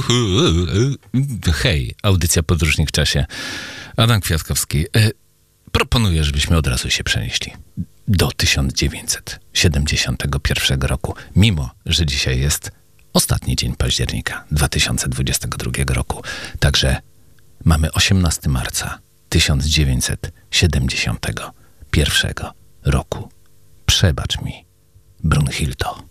Hej, audycja Podróżnik w czasie. Adam Kwiatkowski. Proponuję, żebyśmy od razu się przenieśli do 1971 roku, mimo że dzisiaj jest ostatni dzień października 2022 roku. Także mamy 18 marca 1971 roku. Przebacz mi, Brunhildo.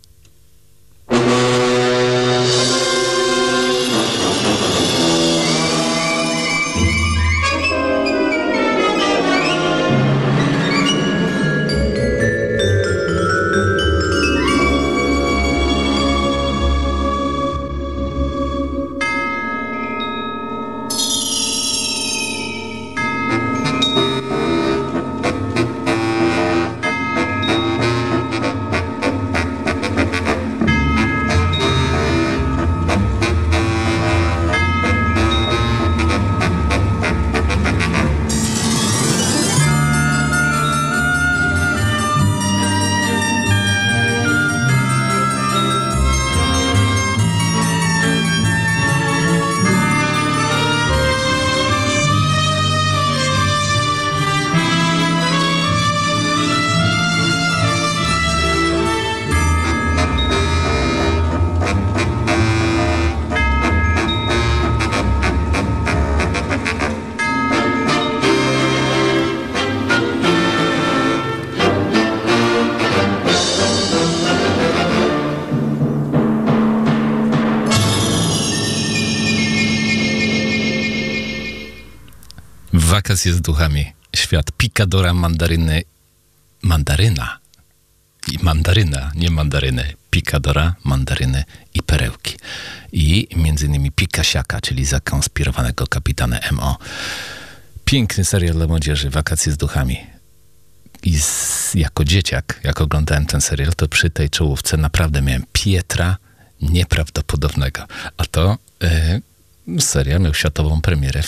Wakacje z duchami. Świat pikadora, mandaryna i mandaryna, nie mandaryny. Pikadora, mandaryny i perełki. I między innymi Pikasiaka, czyli zakonspirowanego kapitana M.O. Piękny serial dla młodzieży, Wakacje z duchami. I jako dzieciak, jak oglądałem ten serial, to przy tej czołówce naprawdę miałem Pietra nieprawdopodobnego. A to serial miał światową premierę w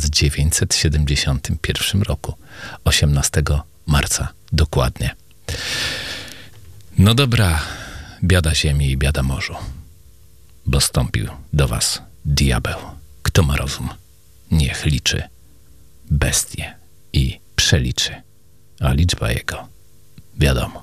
1971 roku. 18 marca dokładnie. No dobra, biada ziemi i biada morzu, bo stąpił do was diabeł. Kto ma rozum, niech liczy bestie i przeliczy, a liczba jego wiadomo.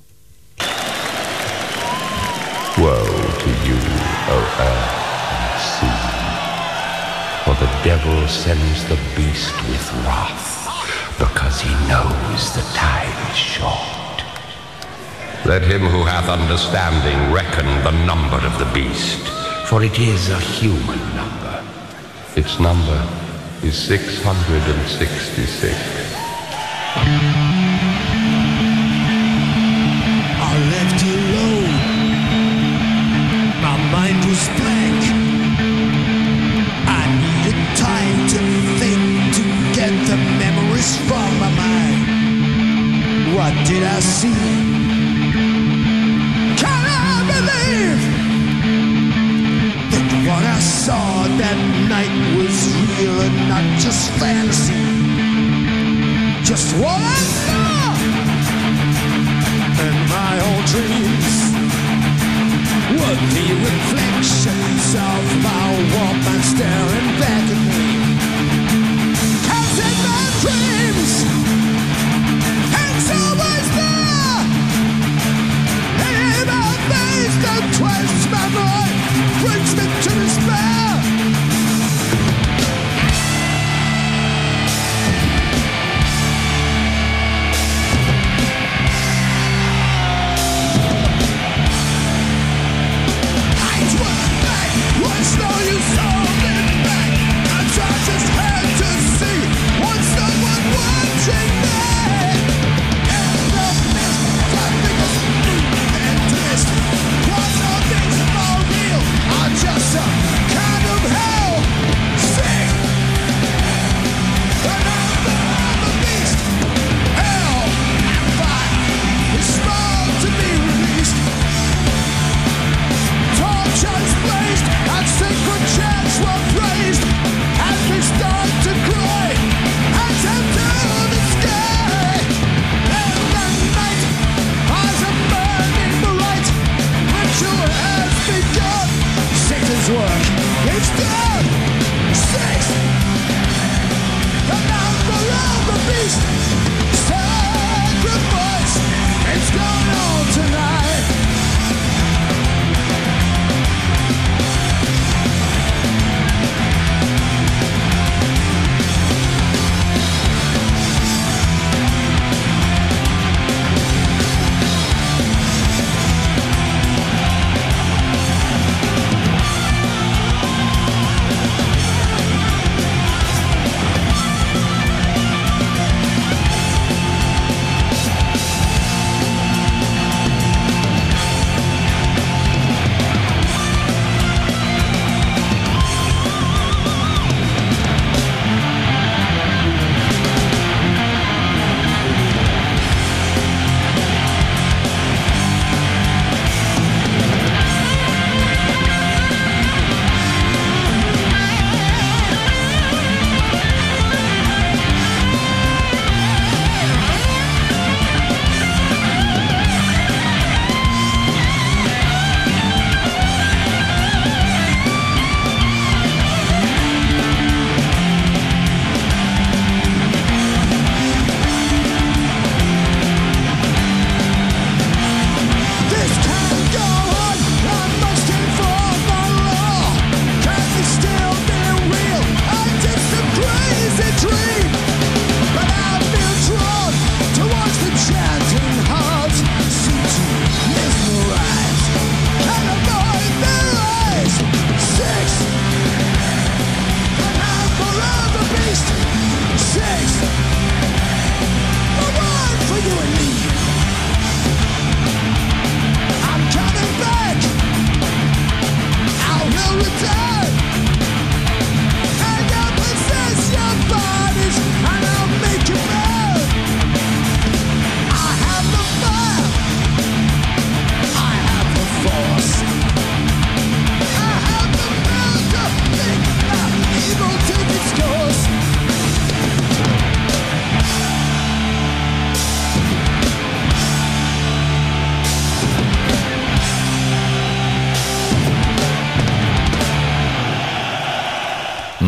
Woe to you, O earth and sea, for the devil sends the beast with wrath, because he knows the time is short. Let him who hath understanding reckon the number of the beast, for it is a human number. Its number is 666. I left alone. My mind was blank. I needed time to think, to get the memories from my mind. What did I see? Can I believe that what I saw that night was real and not just fantasy? Just what I saw in my old dreams were the reflections of my woman staring back at me. 'Cause in my dreams, it's always there. In my face that twists my mind, brings me to despair. What's no use holding back? I just had to see what someone wanted.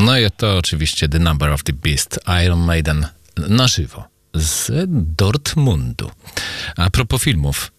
No i to oczywiście The Number of the Beast, Iron Maiden na żywo z Dortmundu. A propos filmów,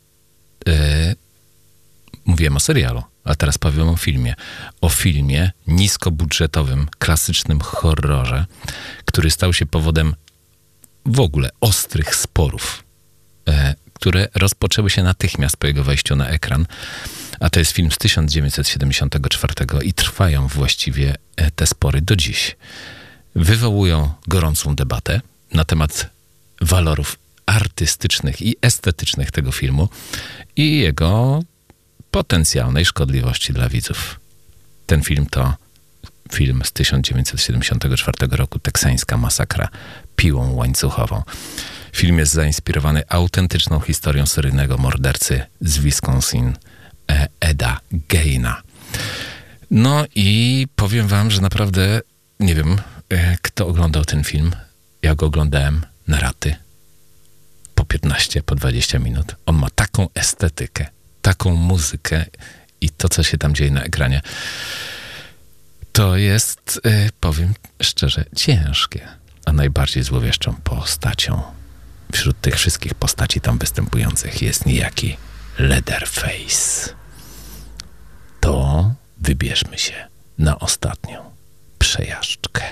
mówiłem o serialu, a teraz powiem o filmie. O filmie niskobudżetowym, klasycznym horrorze, który stał się powodem w ogóle ostrych sporów, które rozpoczęły się natychmiast po jego wejściu na ekran. A to jest film z 1974 i trwają właściwie te spory do dziś. Wywołują gorącą debatę na temat walorów artystycznych i estetycznych tego filmu i jego potencjalnej szkodliwości dla widzów. Ten film to film z 1974 roku, teksańska masakra piłą łańcuchową. Film jest zainspirowany autentyczną historią seryjnego mordercy z Wisconsin, Eda Geina. No i powiem wam, że naprawdę nie wiem, kto oglądał ten film. Ja go oglądałem na raty. Po 15, po 20 minut. On ma taką estetykę, taką muzykę i to, co się tam dzieje na ekranie, to jest, powiem szczerze, ciężkie. A najbardziej złowieszczą postacią wśród tych wszystkich postaci tam występujących jest niejaki Leatherface. To wybierzmy się na ostatnią przejażdżkę.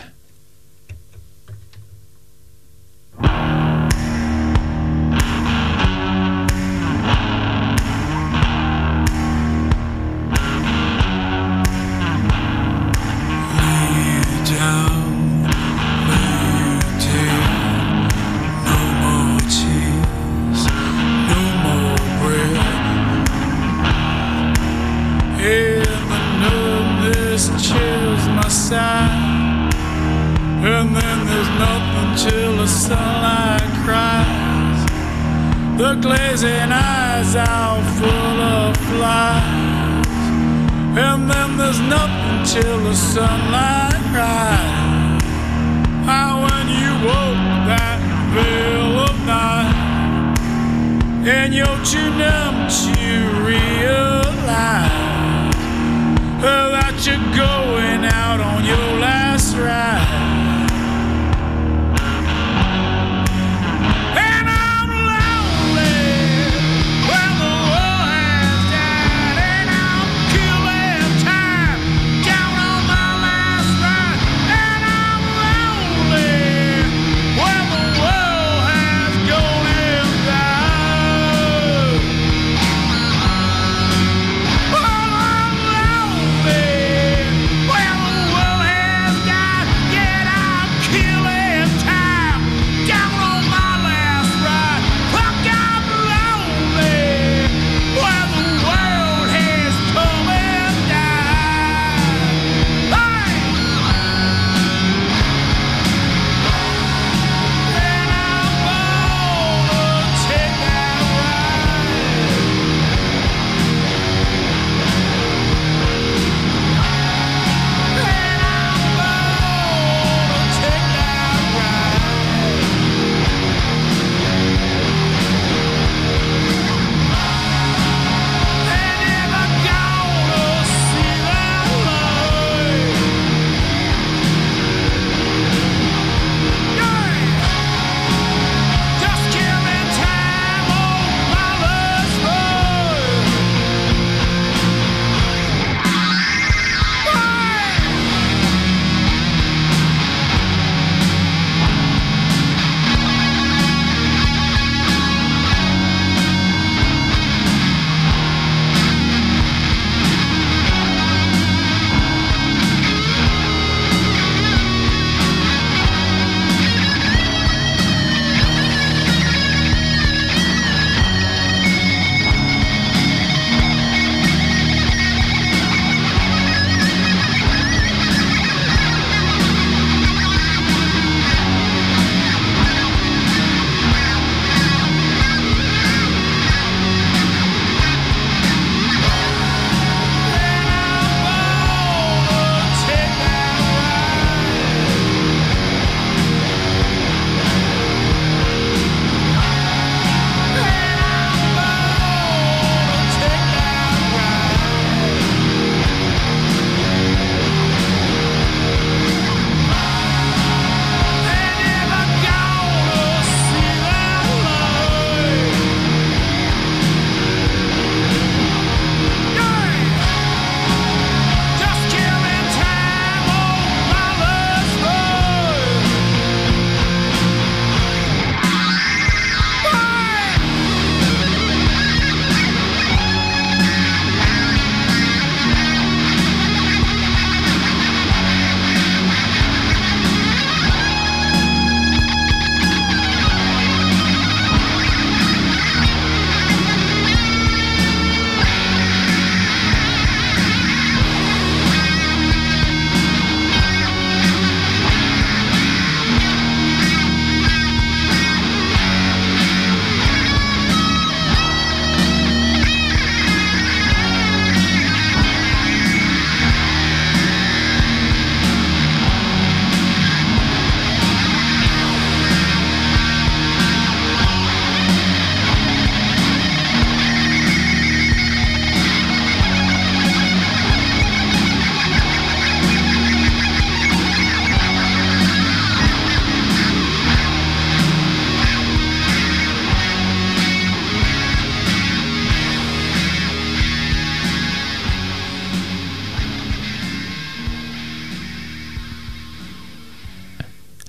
And then there's nothing till the sunlight cries. The glazing eyes out full of flies. And then there's nothing till the sunlight cries. How when you woke that veil of night and you're too numb to realize that you're going out on your last ride.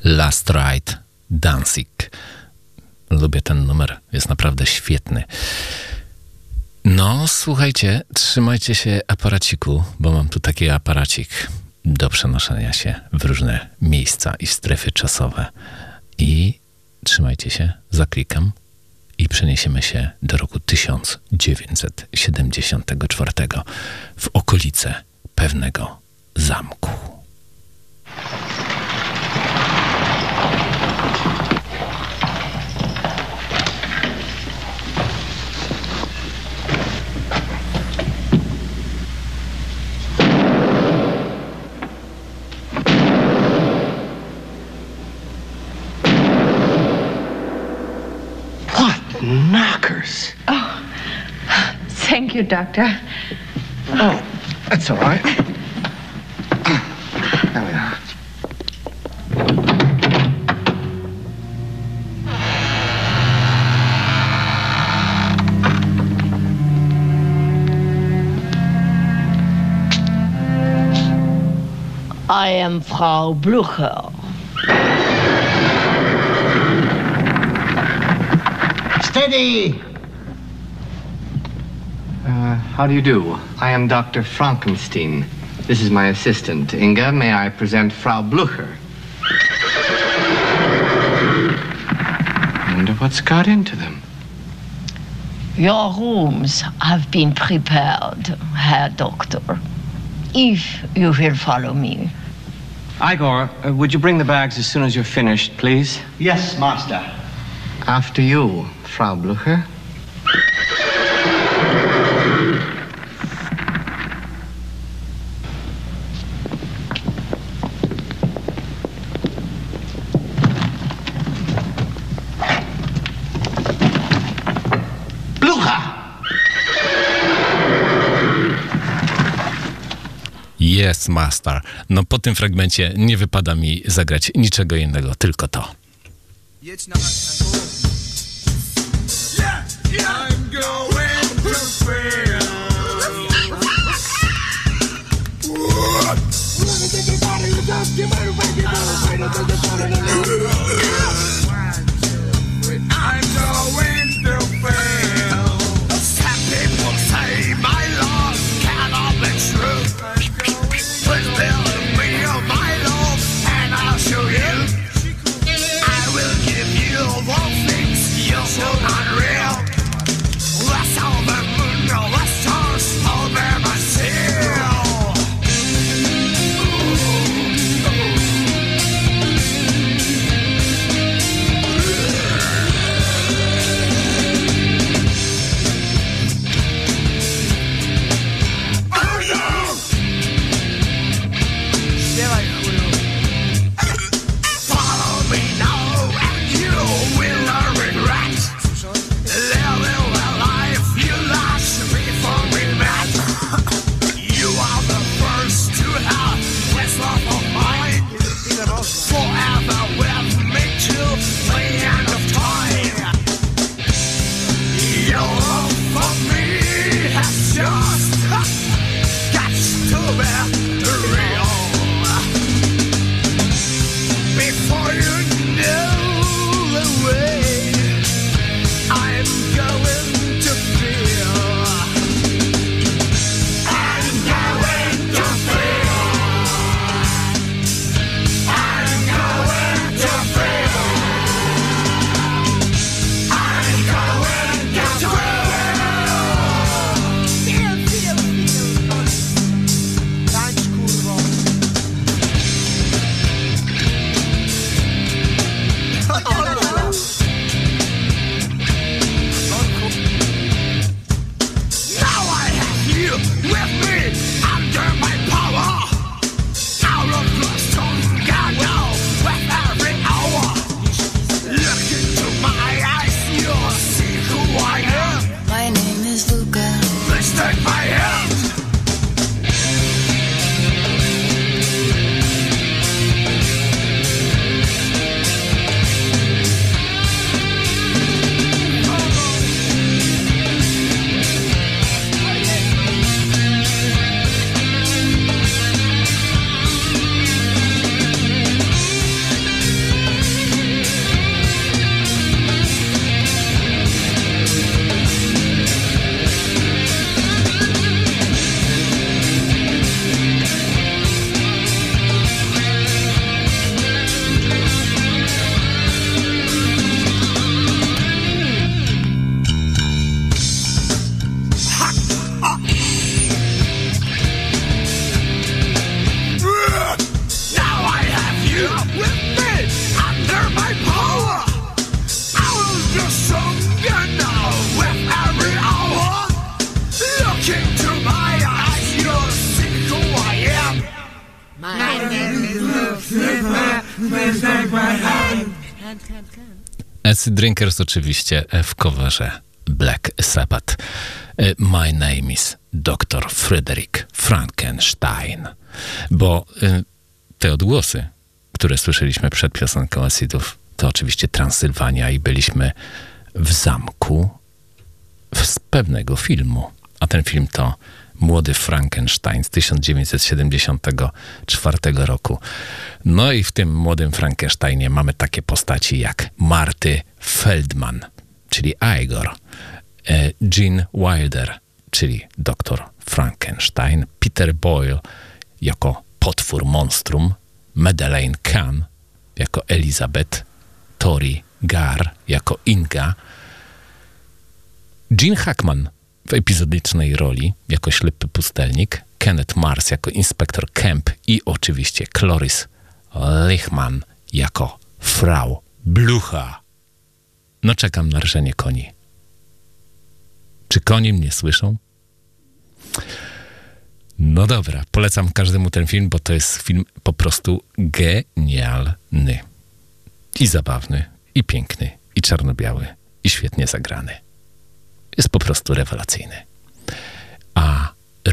Last Ride Danzig. Lubię ten numer, jest naprawdę świetny. No, słuchajcie, trzymajcie się aparaciku, bo mam tu taki aparacik do przenoszenia się w różne miejsca i strefy czasowe. I trzymajcie się, zaklikam i przeniesiemy się do roku 1974 w okolice pewnego zamku. Knockers. Oh, thank you, Doctor. Oh, that's all right. There we are. I am Frau Blucher. Steady! How do you do? I am Dr. Frankenstein. This is my assistant, Inga. May I present Frau Blucher? I wonder what's got into them. Your rooms have been prepared, Herr Doctor. If you will follow me. Igor, would you bring the bags as soon as you're finished, please? Yes, master. After you, Frau Blucher. Yes, master. No po tym fragmencie nie wypada mi zagrać niczego innego, tylko to. Acid Drinkers oczywiście w coverze Black Sabbath. My name is Dr. Frederick Frankenstein. Bo te odgłosy, które słyszeliśmy przed piosenką Acidów, to oczywiście Transylwania i byliśmy w zamku z pewnego filmu. A ten film to Młody Frankenstein z 1974 roku. No i w tym Młodym Frankensteinie mamy takie postaci jak Marty Feldman, czyli Igor, Gene Wilder, czyli doktor Frankenstein, Peter Boyle jako potwór monstrum, Madeleine Kahn jako Elizabeth, Tori Gar jako Inga, Gene Hackman w epizodycznej roli jako ślepy pustelnik, Kenneth Mars jako inspektor Kemp i oczywiście Cloris Leachman jako Frau Blucha. No czekam na rżenie koni. Czy konie mnie słyszą? No dobra, polecam każdemu ten film, bo to jest film po prostu genialny. I zabawny, i piękny, i czarno-biały, i świetnie zagrany. Jest po prostu rewelacyjny. A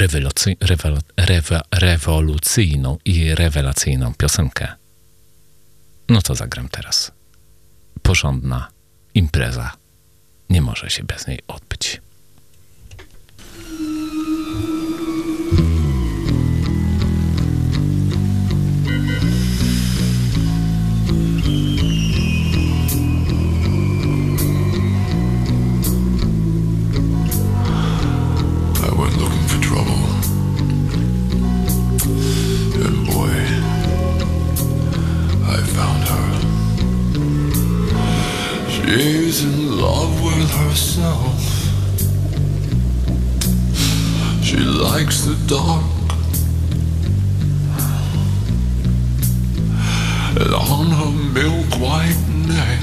rewolucyjną i rewelacyjną piosenkę, no to zagram teraz. Porządna impreza nie może się bez niej odbyć. She's in love with herself. She likes the dark. And on her milk white neck,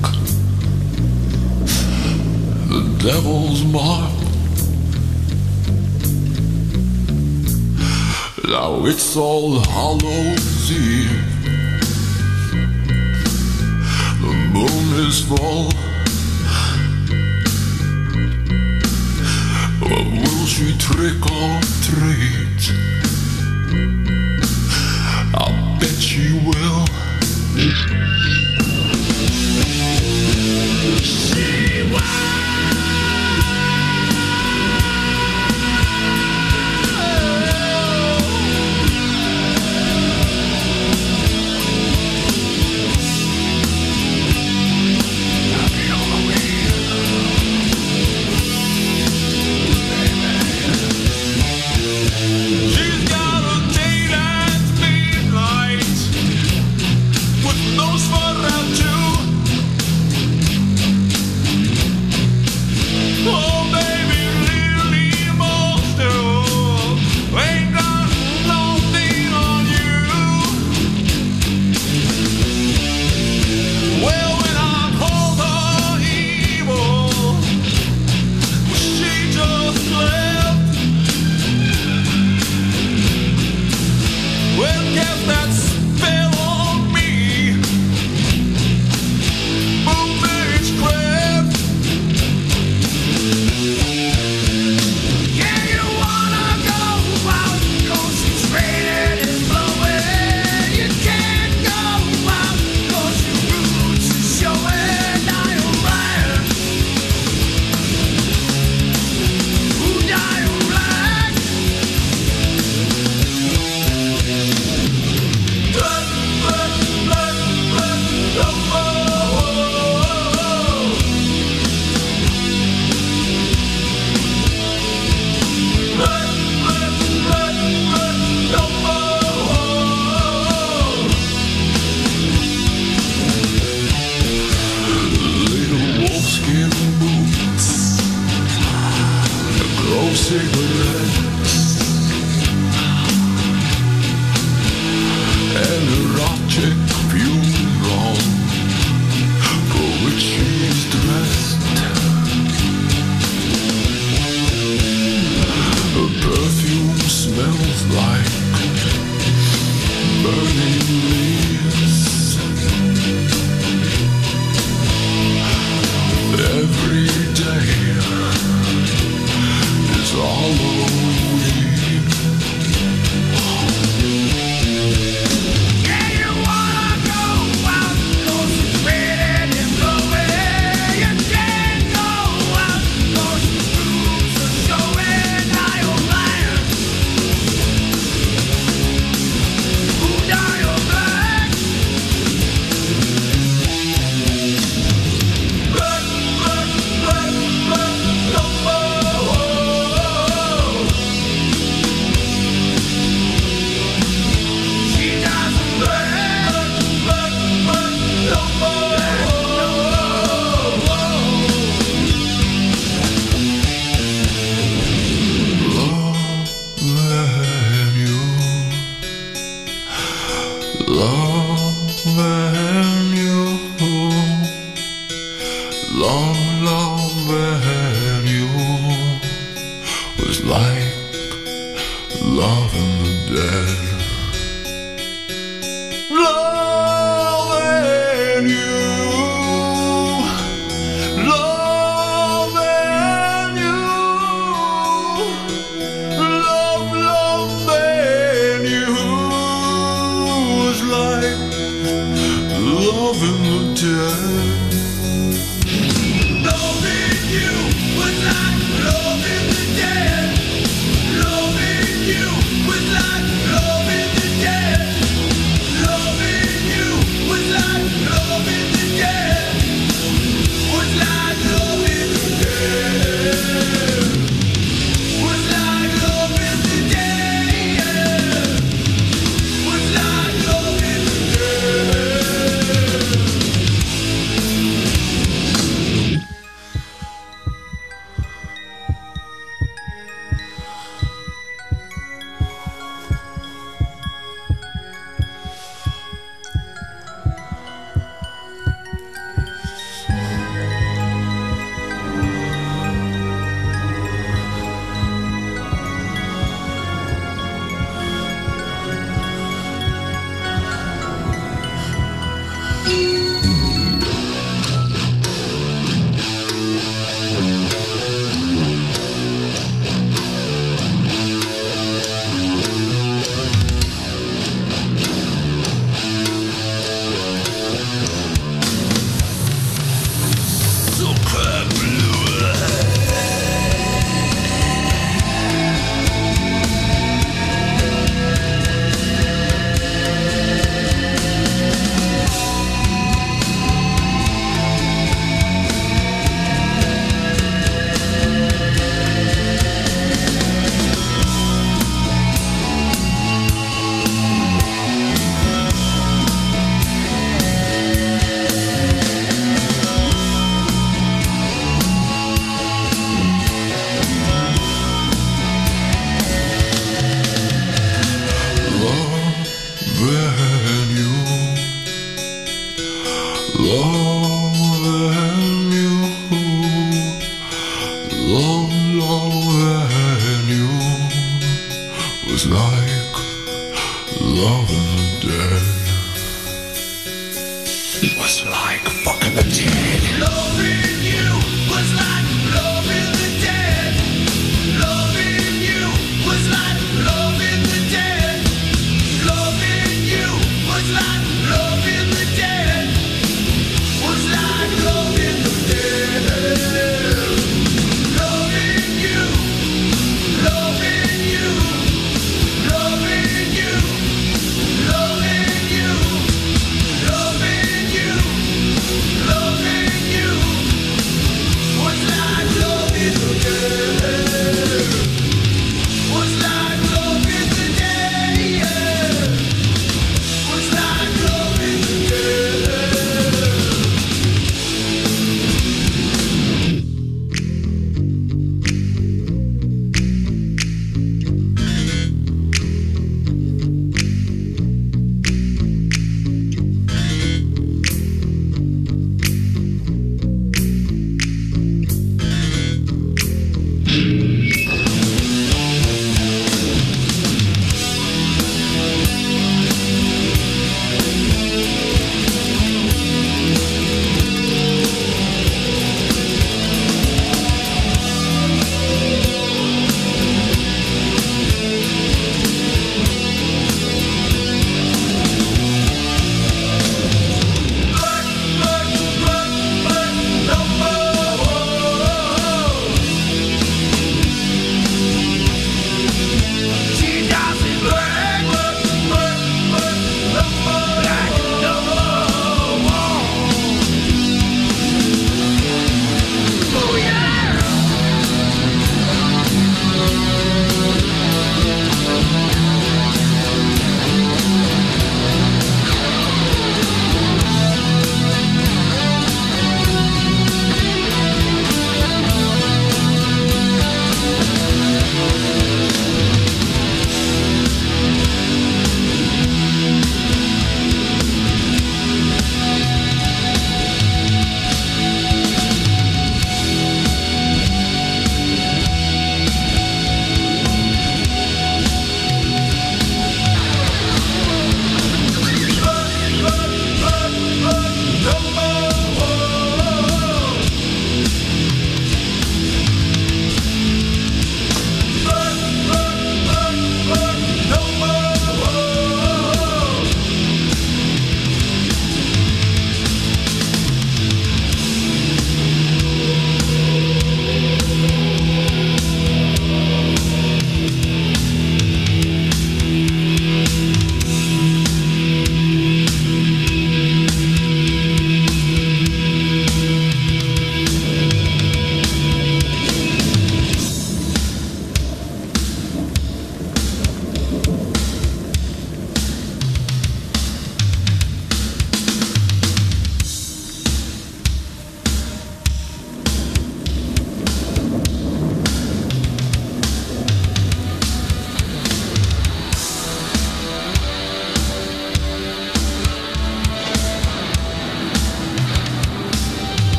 the devil's mark. Now it's All Hallows Eve. The moon is full. Or will she trick or treat? I bet she will. She will. Loving you was like loving the dead. Loving you, loving you, loving you was like loving the dead. Loving you was like loving the dead. Loving you was like loving the dead. Loving you was like loving the dead. Was like loving the dead. Was like loving the dead. Was like loving the dead. Loving you, loving you, loving you was like loving the dead. Was like fucking the dead. Loving you was like loving the dead. Loving you was like loving the dead. Loving you was like loving the dead. Was like loving the dead. Loving you, loving you, loving you, loving you.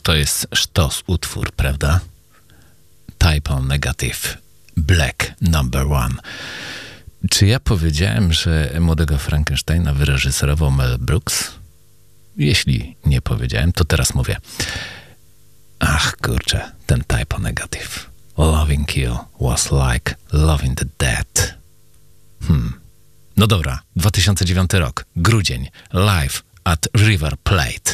to jest sztos utwór, prawda? Type O Negative, Black Number One. Czy ja powiedziałem, że Młodego Frankensteina wyreżyserował Mel Brooks? Jeśli nie powiedziałem, to teraz mówię. Ach, kurczę, ten Type O Negative. Loving you was like loving the dead. No dobra, 2009 rok, grudzień, live at River Plate.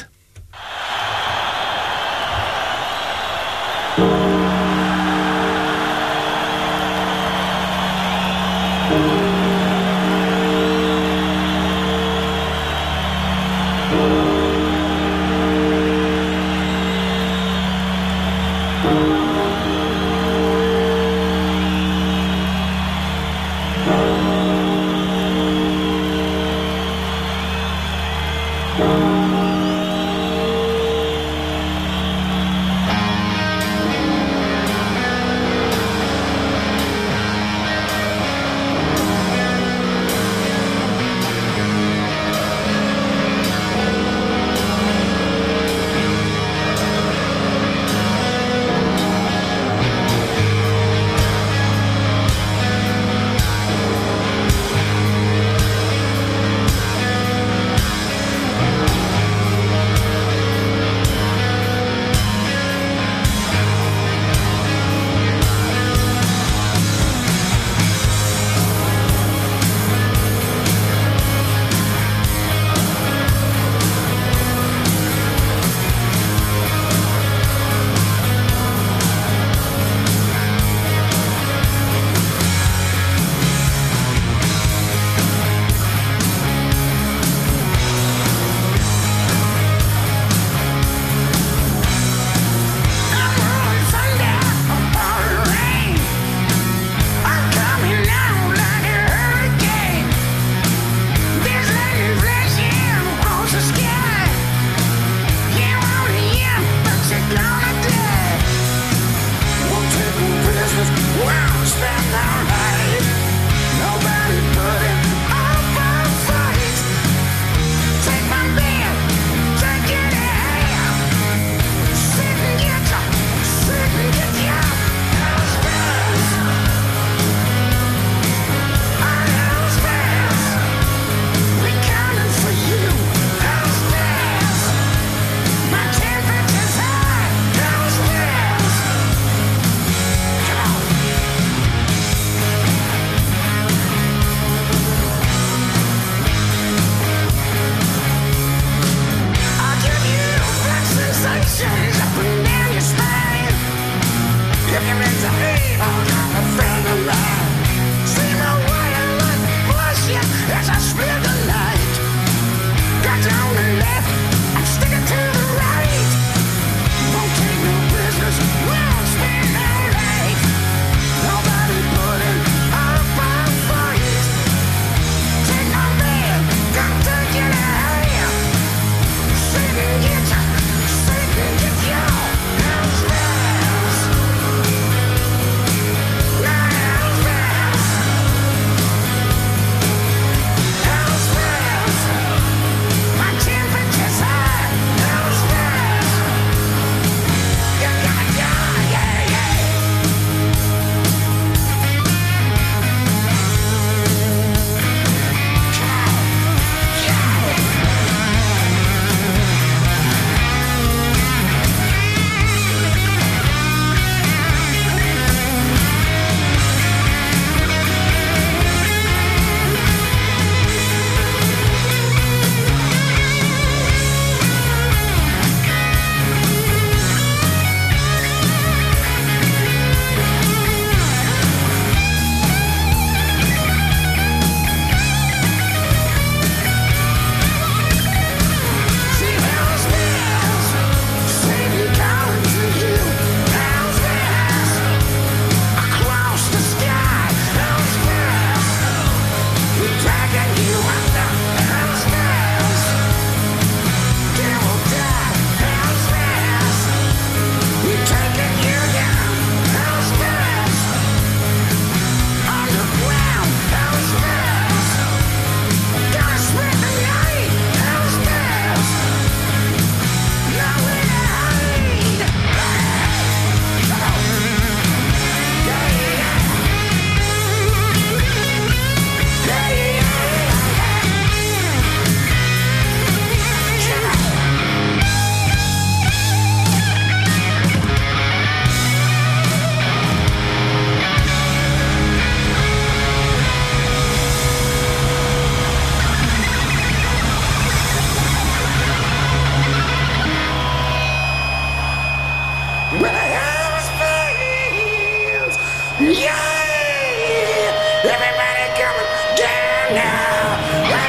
Everybody coming down now.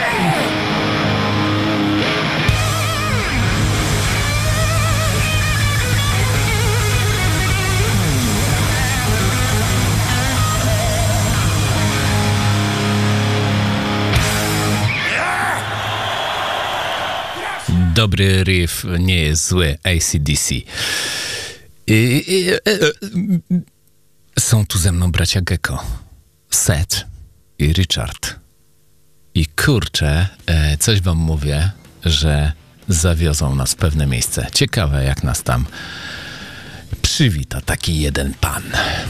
Dobry riff nie jest zły, AC/DC. Są tu ze mną bracia Gecko, Seth i Richard. I kurczę, coś wam mówię, że zawiozą nas w pewne miejsce. Ciekawe, jak nas tam przywita taki jeden pan.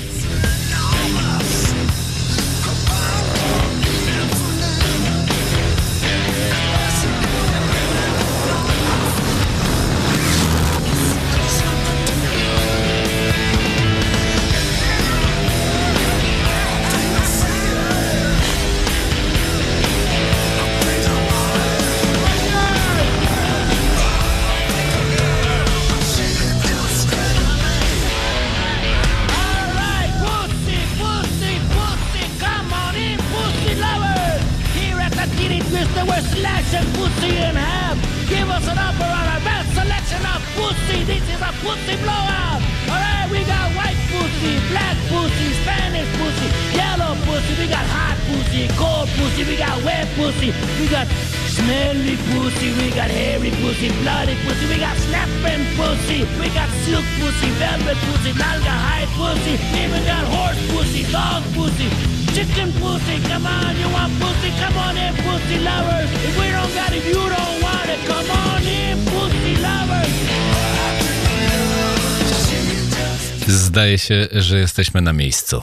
Zdaje się, że jesteśmy na miejscu.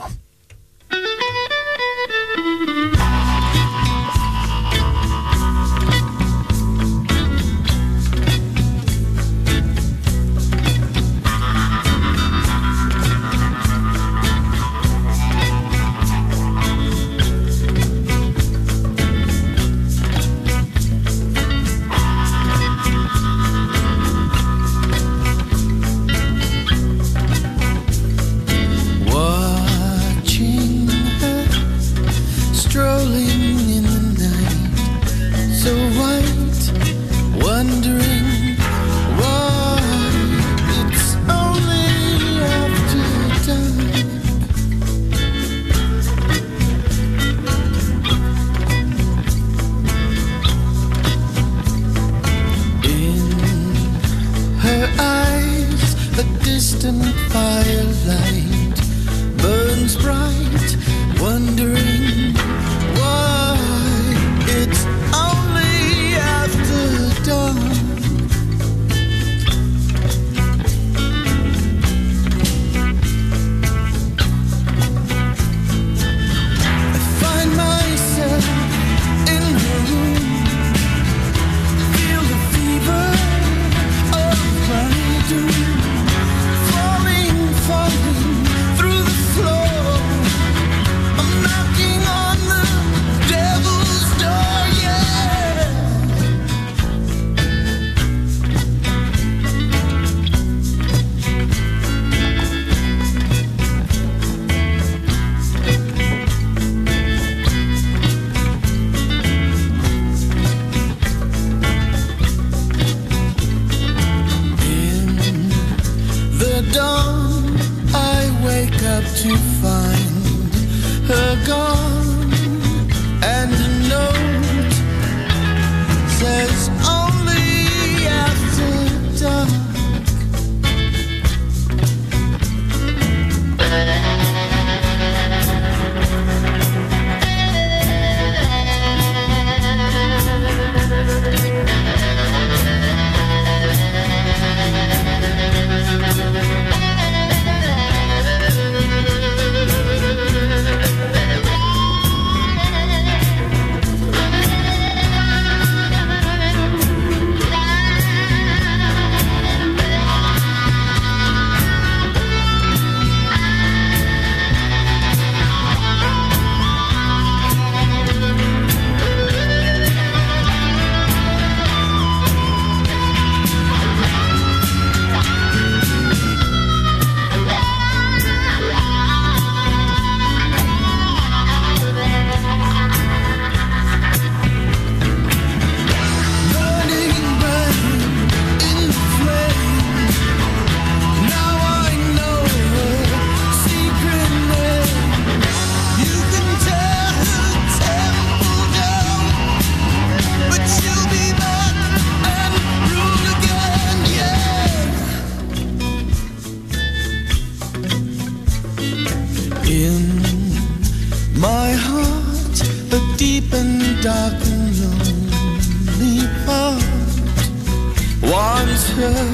deep and dark and lonely part wants her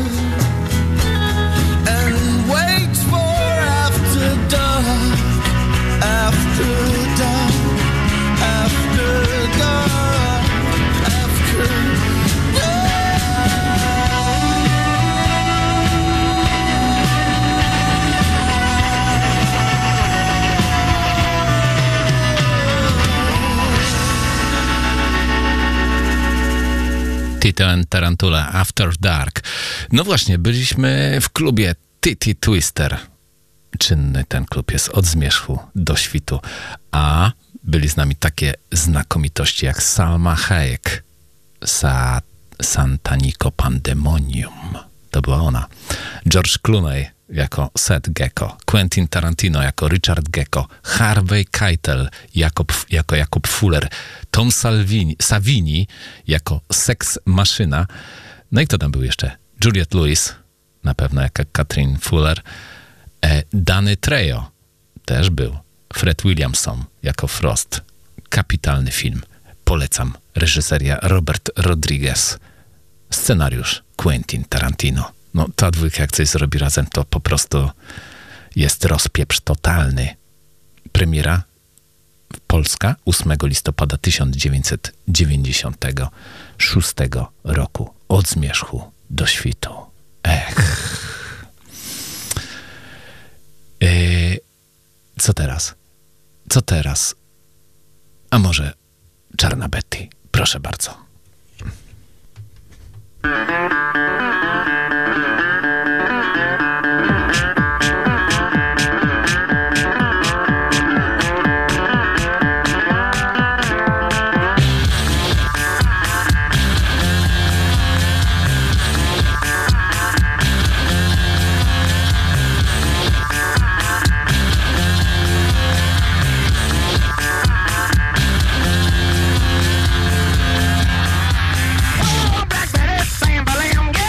and waits for after dark, after dark, after dark, after dark. Tito and Tarantula, After Dark. No właśnie, byliśmy w klubie Titty Twister. Czynny ten klub jest od zmierzchu do świtu. A byli z nami takie znakomitości jak Salma Hayek, Santanico Pandemonium. To była ona. George Clooney jako Seth Gecko, Quentin Tarantino jako Richard Gecko, Harvey Keitel jako Jakob Fuller, Tom Savini jako Sex Maszyna. No i kto tam był jeszcze? Juliette Lewis, na pewno jako Katrin Fuller. Danny Trejo też był. Fred Williamson jako Frost. Kapitalny film. Polecam. Reżyseria Robert Rodriguez. Scenariusz Quentin Tarantino. No ta dwójka jak coś zrobi razem, to po prostu jest rozpieprz totalny. Premiera Polska 8 listopada 1996 roku. Od zmierzchu do świtu. Co teraz? Co teraz? A może Czarna Betty? Proszę bardzo. Black Betty, saying,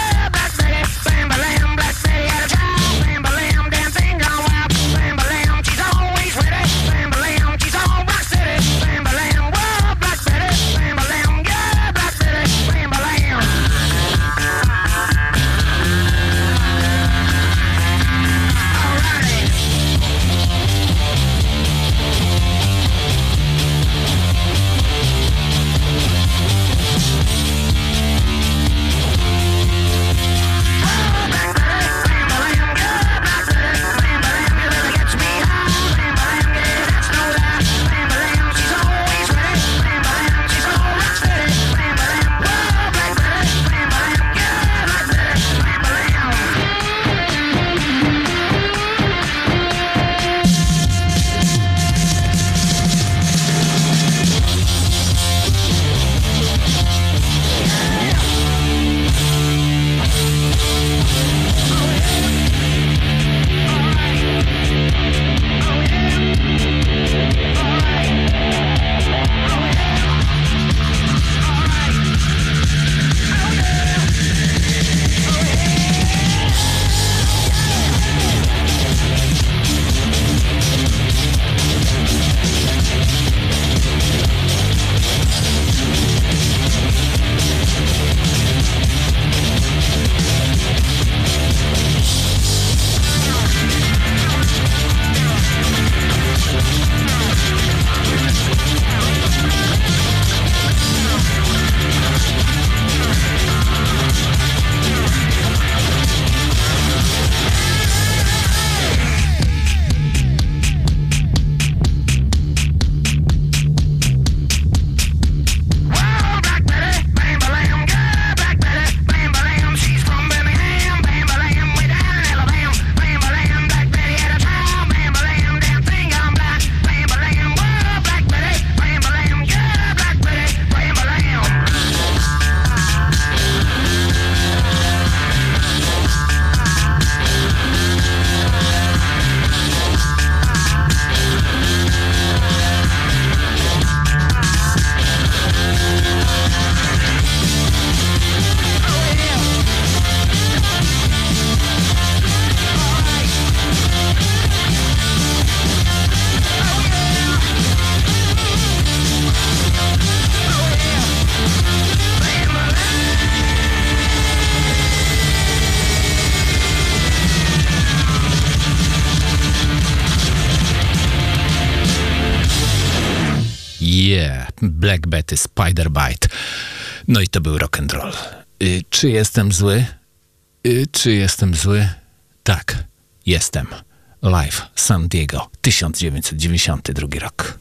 Yeah, Black Betty, Spider Bite. No i to był rock and roll. Czy jestem zły? Czy jestem zły? Tak, jestem. Live San Diego, 1992 rok.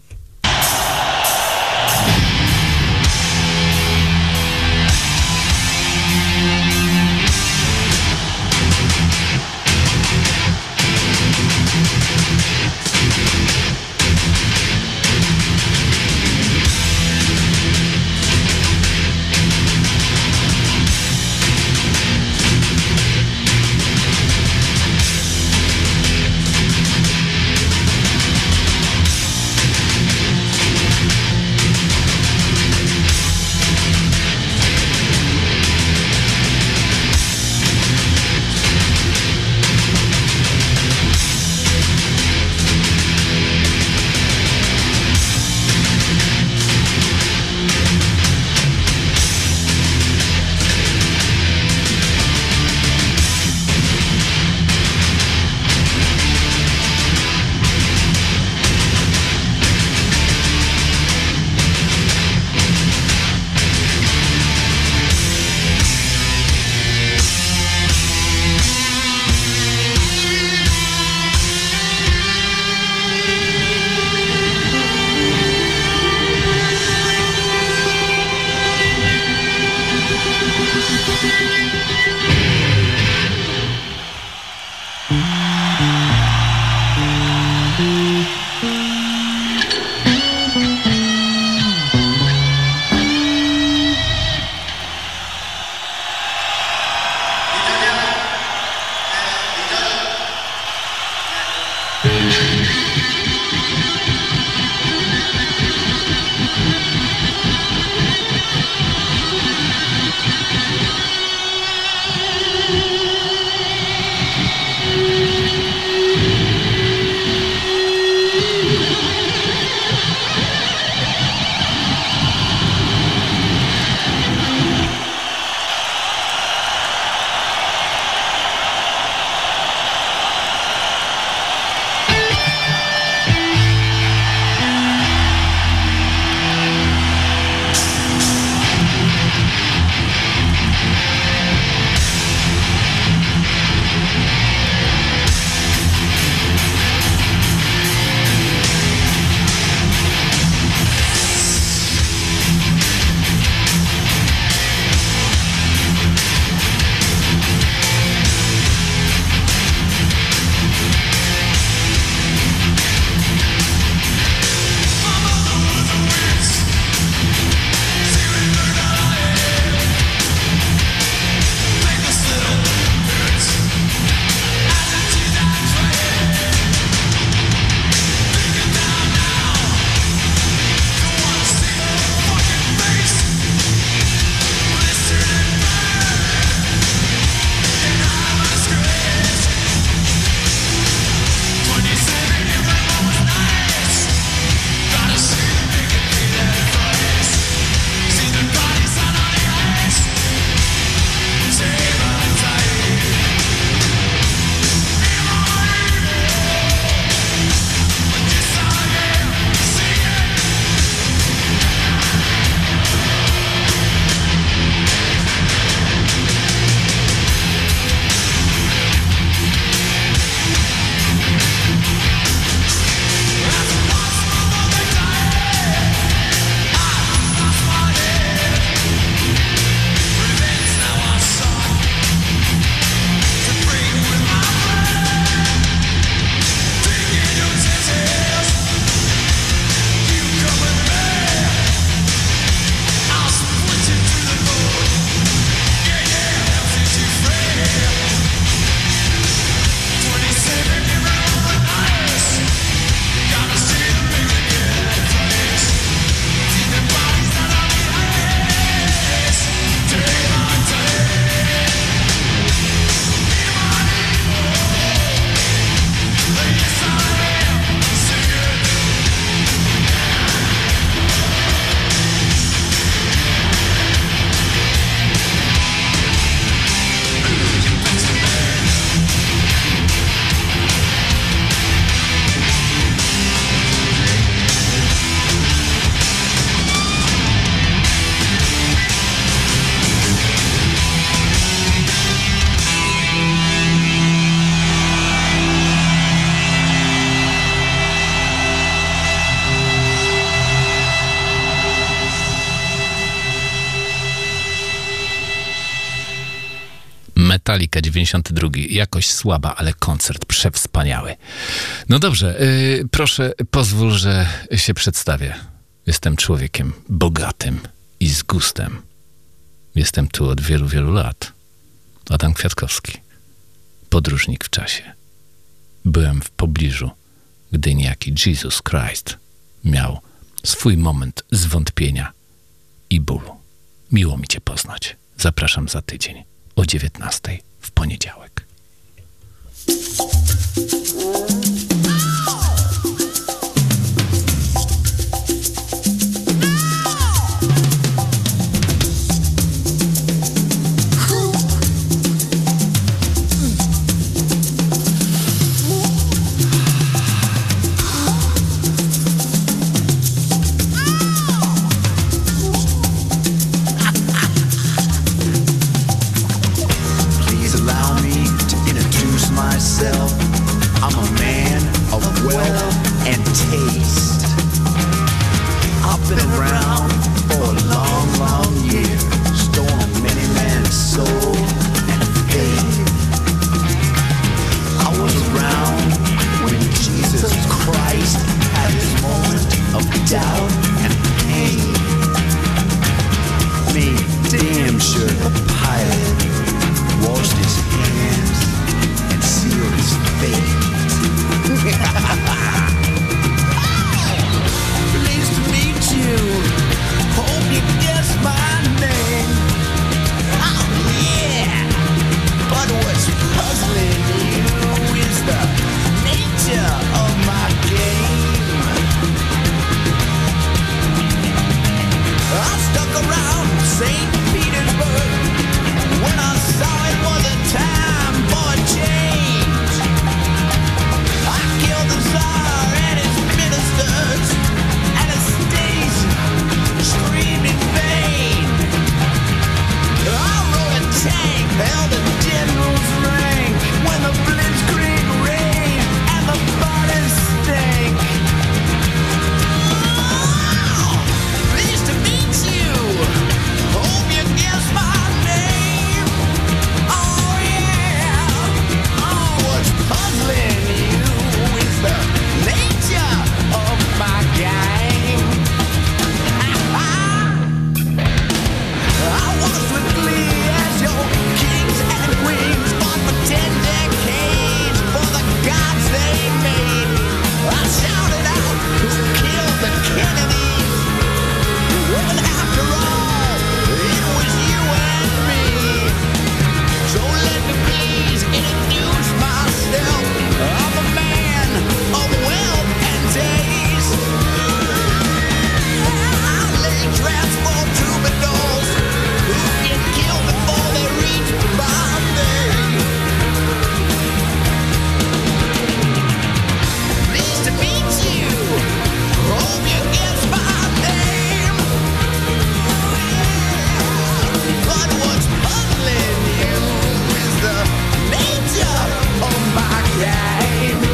Metallica 92. Jakość słaba, ale koncert przewspaniały. No dobrze, proszę pozwól, że się przedstawię. Jestem człowiekiem bogatym i z gustem. Jestem tu od wielu, wielu lat. Adam Kwiatkowski. Podróżnik w czasie. Byłem w pobliżu, gdy niejaki Jesus Christ miał swój moment zwątpienia i bólu. Miło mi cię poznać. Zapraszam za tydzień o 19:00 w poniedziałek. I'm a man of wealth and taste. I've been around for a long, long year, stolen many man's soul and faith. I was around when Jesus Christ had his moment of doubt and pain. Made damn sure the pilot washed his hands and sealed his fate. Pleased to meet you. Hope you guess my name. Oh yeah. But what's puzzling you is the nature of my game. I stuck around St. Petersburg when I saw it was a time for a change. I killed the Tsar and his ministers, Anastasia screamed in vain. I rode a tank, held a general's rank when the blitzkrieg rained and the bodies stank. Oh, pleased to meet you. Hope you guess my name. Oh yeah. Oh, what's puzzling you is the nature of my game. I was swiftly as your kings and queens fought for 10 decades for the gods they made. I shouted out, who killed the Kennedys? When after all, it was you and me. So let me please introduce myself. I'm a man of wealth and taste. I lay traps for troubadours who get killed before they reach Bombay. Pleased to meet you. Hope you guess my name. But what's puzzling you is the nature of my game.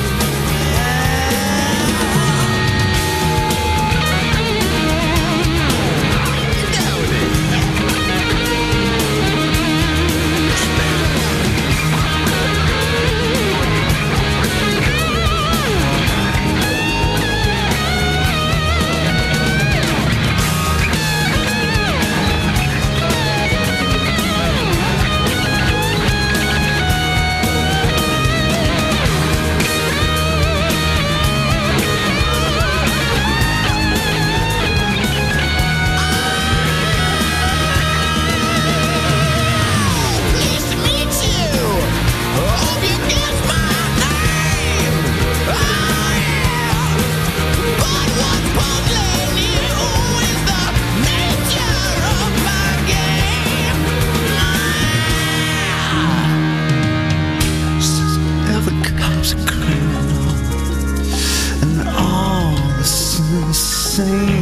Pleased to meet you. Hope you guess my name. Oh yeah. But what's puzzling you is the nature of my game. Every cop's a criminal, and all the same.